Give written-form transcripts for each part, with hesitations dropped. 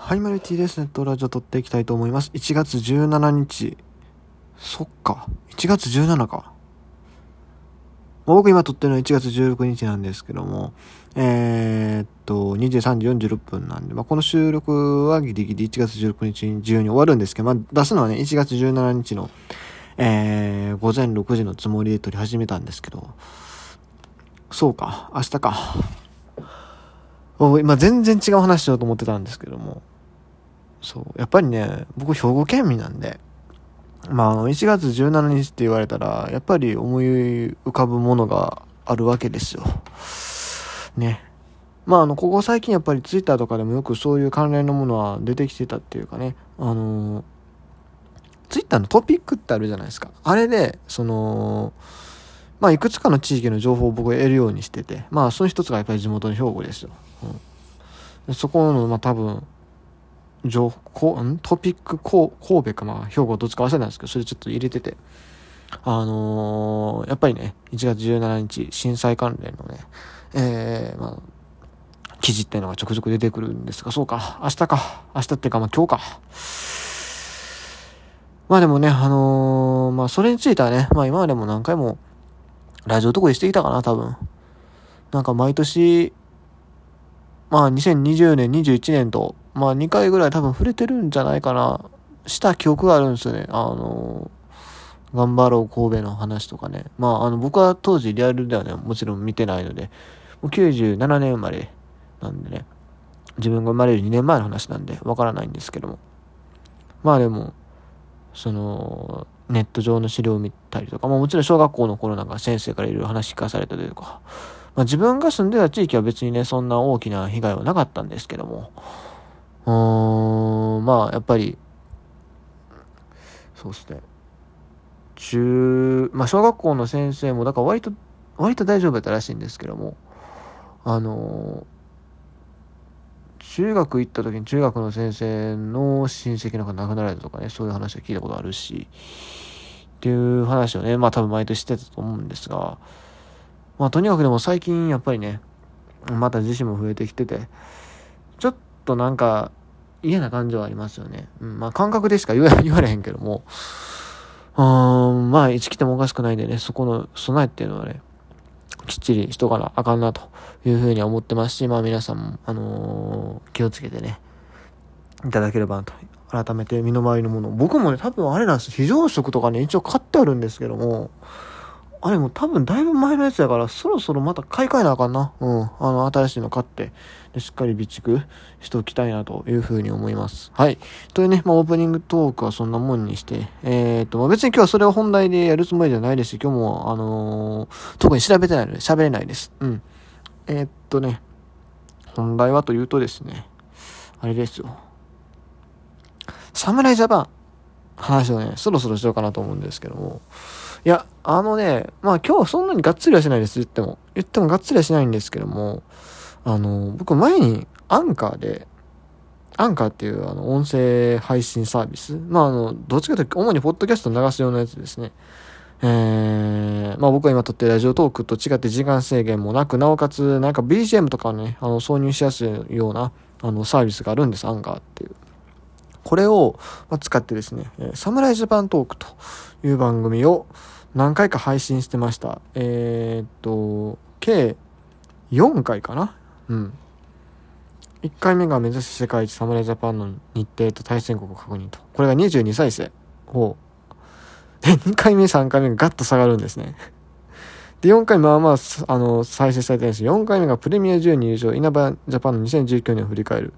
はい、マルティです。ネットラジオ撮っていきたいと思います。1月17日。そっか。1月17か。僕今撮ってるのは1月16日なんですけども、23時46分なんで、この収録はギリギリ1月16日中に終わるんですけど、出すのはね、1月17日の、午前6時のつもりで撮り始めたんですけど、そうか、明日か。今全然違う話しようと思ってたんですけども、やっぱりね、僕兵庫県民なんで、1月17日って言われたら、やっぱり思い浮かぶものがあるわけですよ。ね。ここ最近やっぱりツイッターとかでもよくそういう関連のものは出てきてたっていうかね、ツイッターのトピックってあるじゃないですか。あれで、いくつかの地域の情報を僕は得るようにしてて、その一つがやっぱり地元の兵庫ですよ。そこの、多分、トピック神戸か兵庫どっちか忘れたんですけど、それちょっと入れてて、やっぱりね、1月17日震災関連のね、記事っていうのがちょくちょく出てくるんですが、そうか、明日っていうか今日か。でもね、それについてはね、今までも何回もラジオとかでしてきたかな、多分。毎年、2020年、21年と、2回ぐらい多分触れてるんじゃないかな、した記憶があるんですよね。頑張ろう神戸の話とかね。僕は当時リアルではね、もちろん見てないので、もう97年生まれなんでね、自分が生まれる2年前の話なんで、わからないんですけども。でも、ネット上の資料を見たりとか、もちろん小学校の頃なんか先生からいろいろ話聞かされたりとか、自分が住んでた地域は別にね、そんな大きな被害はなかったんですけども、やっぱり、そうですね。小学校の先生も、だから割と大丈夫だったらしいんですけども、中学行った時に中学の先生の親戚なんか亡くなられたとかね、そういう話を聞いたことあるし、っていう話をね、多分毎年してたと思うんですが、とにかくでも最近やっぱりね、また地震も増えてきてて、ちょっと嫌な感情はありますよね。感覚でしか言われへんけども、いつ来てもおかしくないんでね、そこの備えっていうのはね、きっちりしとかなあかんなというふうには思ってますし、皆さんも、気をつけてね、いただければなと。改めて身の回りのもの。僕もね、多分あれなんです。非常食とかね、一応買ってあるんですけども、あれも多分だいぶ前のやつやから、そろそろまた買い替えなあかんな。新しいの買って、でしっかり備蓄しておきたいなというふうに思います。はい。というね、オープニングトークはそんなもんにして、別に今日はそれを本題でやるつもりじゃないですし、今日も、特に調べてないので喋れないです。本題はというとですね、あれですよ。侍ジャパン、話をね、そろそろしようかなと思うんですけども、いや、今日はそんなにがっつりはしないです。言ってもがっつりはしないんですけども、僕前にアンカーっていう音声配信サービス。どっちかというと主にポッドキャスト流すようなやつですね。僕は今撮ってるラジオトークと違って時間制限もなく、なおかつBGM とかをね、挿入しやすいようなサービスがあるんです、アンカーっていう。これを使ってですね、サムライジャパントークという番組を何回か配信してました。計4回かな。1回目が目指す世界一サムライジャパンの日程と対戦国を確認と。これが22再生。で、2回目、3回目がガッと下がるんですね。で、4回再生されてるんです。4回目がプレミア12優勝、稲葉ジャパンの2019年を振り返る。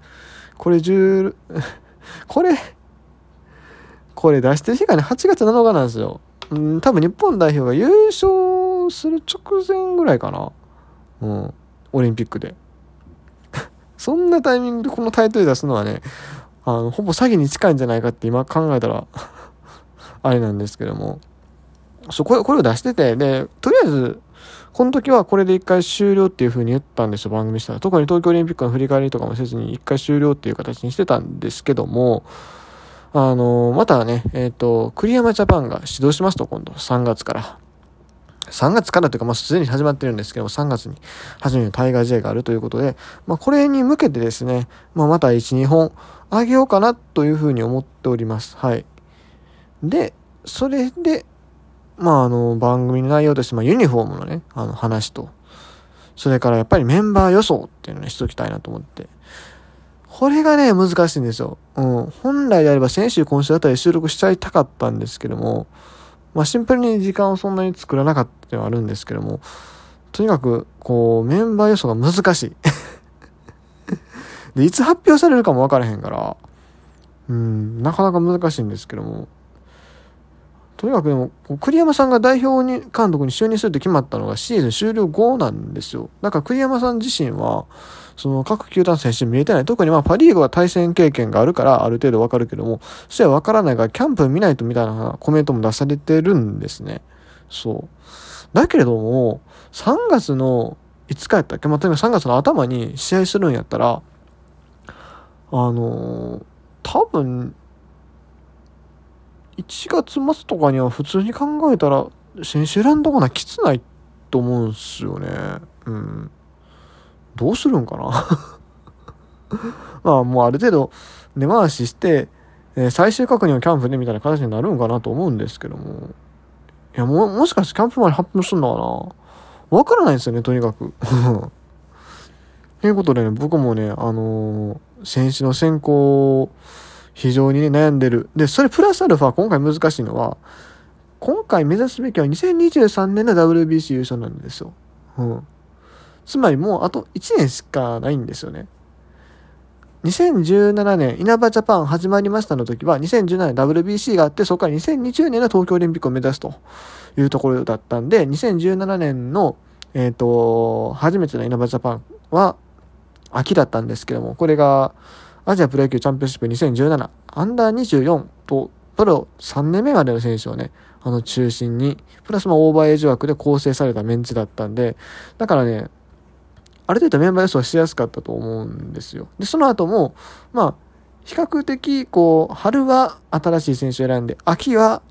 これ出してる日がね、8月7日なんですよ。多分日本代表が優勝する直前ぐらいかな。オリンピックで。そんなタイミングでこのタイトル出すのはね、ほぼ詐欺に近いんじゃないかって今考えたら、あれなんですけども。これを出してて、で、とりあえず、この時はこれで一回終了っていう風に言ったんですよ、番組したら。特に東京オリンピックの振り返りとかもせずに一回終了っていう形にしてたんですけども、またね、栗山ジャパンが始動しますと、今度、3月から。 3月からというか、すでに始まってるんですけども、3月に初めてタイガー J があるということで、これに向けてですね、また1、2本あげようかなというふうに思っております。はい。で、それで、番組の内容として、ユニフォームのね、話と、それからやっぱりメンバー予想っていうのをしときたいなと思って。これがね、難しいんですよ。本来であれば先週、今週あたり収録しちゃいたかったんですけども、シンプルに時間をそんなに作らなかったっていうのはあるんですけども、とにかく、メンバー予想が難しい。で、いつ発表されるかもわからへんから、なかなか難しいんですけども、とにかくでも、栗山さんが代表に監督に就任するって決まったのがシーズン終了後なんですよ。だから栗山さん自身は、その各球団選手見えてない。特にパリーグは対戦経験があるからある程度わかるけども、それはわからないからキャンプ見ないとみたいなコメントも出されてるんですね。そう。だけれども、3月の5日やったっけ、とにかく3月の頭に試合するんやったら、多分、1月末とかには普通に考えたら選手選んだこなきつないと思うんすよね。どうするんかな。もうある程度根回しして、最終確認をキャンプでみたいな形になるんかなと思うんですけども、いやもしかしてキャンプ前に発表するのかな、わからないんですよね、とにかく。ということでね、僕もね、選手の選考非常にね、悩んでる。で、それプラスアルファ今回難しいのは、今回目指すべきは2023年の WBC 優勝なんですよ。つまりもうあと1年しかないんですよね。2017年稲葉ジャパン始まりましたの時は2017年 WBC があって、そこから2020年の東京オリンピックを目指すというところだったんで、2017年の初めての稲葉ジャパンは秋だったんですけども、これがアジアプロ野球チャンピオンシップ2017アンダー24とプロ3年目までの選手をね、中心にプラスオーバーエイジ枠で構成されたメンツだったんで、だからね、ある程度メンバー予想しやすかったと思うんですよ。で、その後も比較的春は新しい選手を選んで、秋は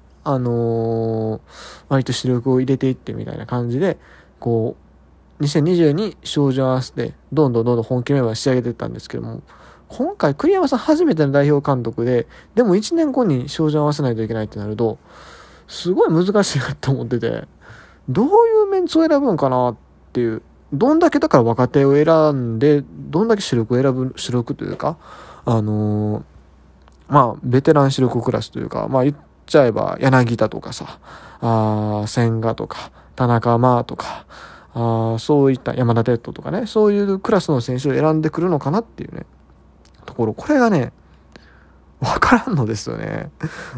割と主力を入れていってみたいな感じで2020に照準を合わせてどんどん本気メンバー仕上げていったんですけども、今回栗山さん初めての代表監督で、でも1年後に照準を合わせないといけないってなるとすごい難しいなと思ってて、どういうメンツを選ぶんかなっていう、どんだけだから若手を選んでどんだけ主力を選ぶ、主力というかベテラン主力クラスというか、言っちゃえば柳田とかさ、千賀とか田中とか、そういった山田哲人とかね、そういうクラスの選手を選んでくるのかなっていうねところ、これがねわからんのですよね。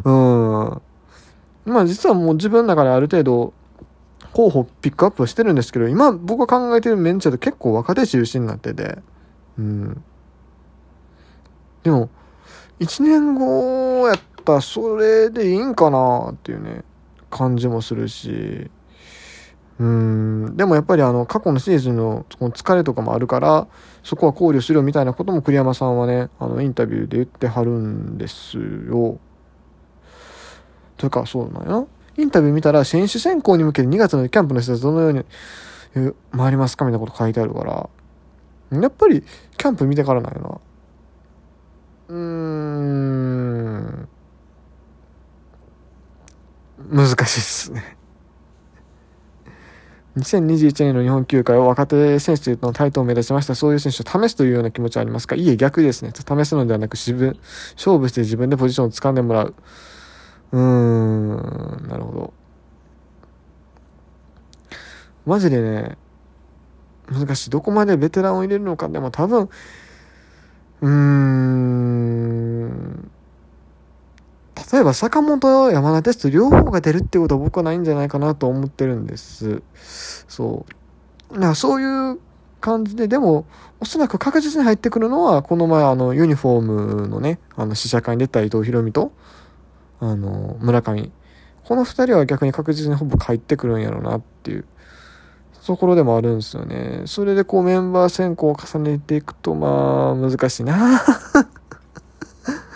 実はもう自分の中である程度候補ピックアップはしてるんですけど、今僕が考えてるメンチだと結構若手中心になってて、でも1年後やったらそれでいいんかなっていうね感じもするし、でもやっぱり過去のシーズンの疲れとかもあるからそこは考慮しろみたいなことも栗山さんはねインタビューで言ってはるんですよ。というかそうなんや、インタビュー見たら選手選考に向けて2月のキャンプの施設どのように回りますかみたいなこと書いてあるから、やっぱりキャンプ見てからなんやな。難しいですね。2021年の日本球界は若手選手の台頭を目指しました。そういう選手を試すというような気持ちはありますか？いえ、逆ですね。試すのではなく勝負して自分でポジションを掴んでもらう。なるほど。マジでね、難しい。どこまでベテランを入れるのか。でも多分、例えば坂本、山田哲人両方が出るってことは僕はないんじゃないかなと思ってるんです。そう。そういう感じで、でも、おそらく確実に入ってくるのは、この前ユニフォームのね、試写会に出た伊藤博美と、村上。この二人は逆に確実にほぼ入ってくるんやろうなっていうところでもあるんですよね。それでメンバー選考を重ねていくと、難しいな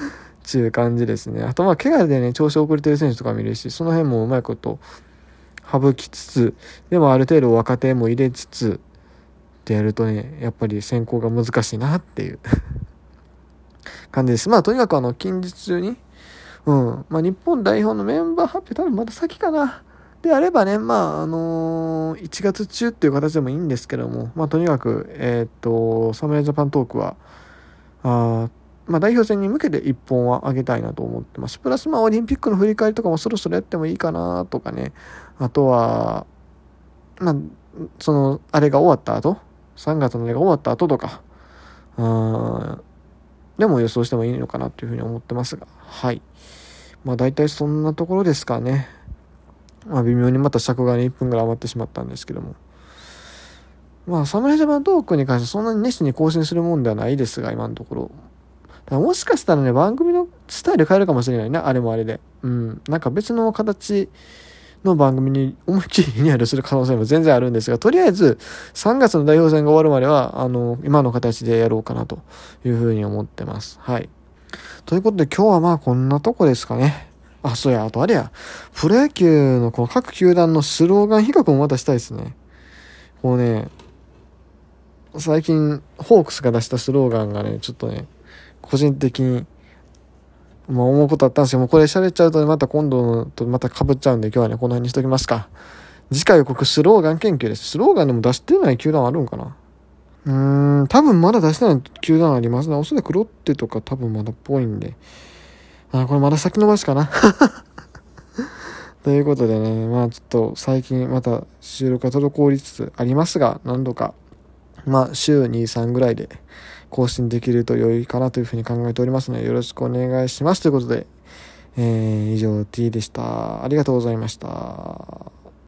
っていう感じですね。あと怪我でね、調子遅れてる選手とか見るし、その辺もうまいこと省きつつ、でもある程度若手も入れつつってやるとね、やっぱり選考が難しいなっていう感じです。まあとにかく近日中に、日本代表のメンバー発表多分まだ先かな。であればね、1月中っていう形でもいいんですけども、とにかく、侍ジャパントークは、代表戦に向けて一本は上げたいなと思ってます。プラスオリンピックの振り返りとかもそろそろやってもいいかなとかね。あとは、あれが終わった後、3月のあれが終わった後とか、でも予想してもいいのかなというふうに思ってますが、はい。大体そんなところですかね。微妙にまた尺がね、1分ぐらい余ってしまったんですけども。侍ジャパントークに関してそんなに熱心に更新するもんではないですが、今のところ。もしかしたらね、番組のスタイル変えるかもしれないな、あれもあれで。なんか別の形の番組に思いっきりリニューアルする可能性も全然あるんですが、とりあえず3月の代表戦が終わるまでは、今の形でやろうかなというふうに思ってます。はい。ということで今日はこんなとこですかね。そうや、あとあれや、プロ野球のこの各球団のスローガン比較もまたしたいですね。こうね、最近ホークスが出したスローガンがね、ちょっとね、個人的に思うことあったんですけども、これ喋っちゃうと、また今度のとまた被っちゃうんで、今日はねこの辺にしときますか。次回予告スローガン研究です。スローガンでも出してない球団あるんかな。多分まだ出してない球団ありますね。おそらくロッテとか多分まだっぽいんで、これまだ先延ばしかなということでね、ちょっと最近また収録が滞りつつありますが、何度か週2、3ぐらいで更新できると良いかなというふうに考えておりますので、よろしくお願いしますということで、以上 T でした。ありがとうございました。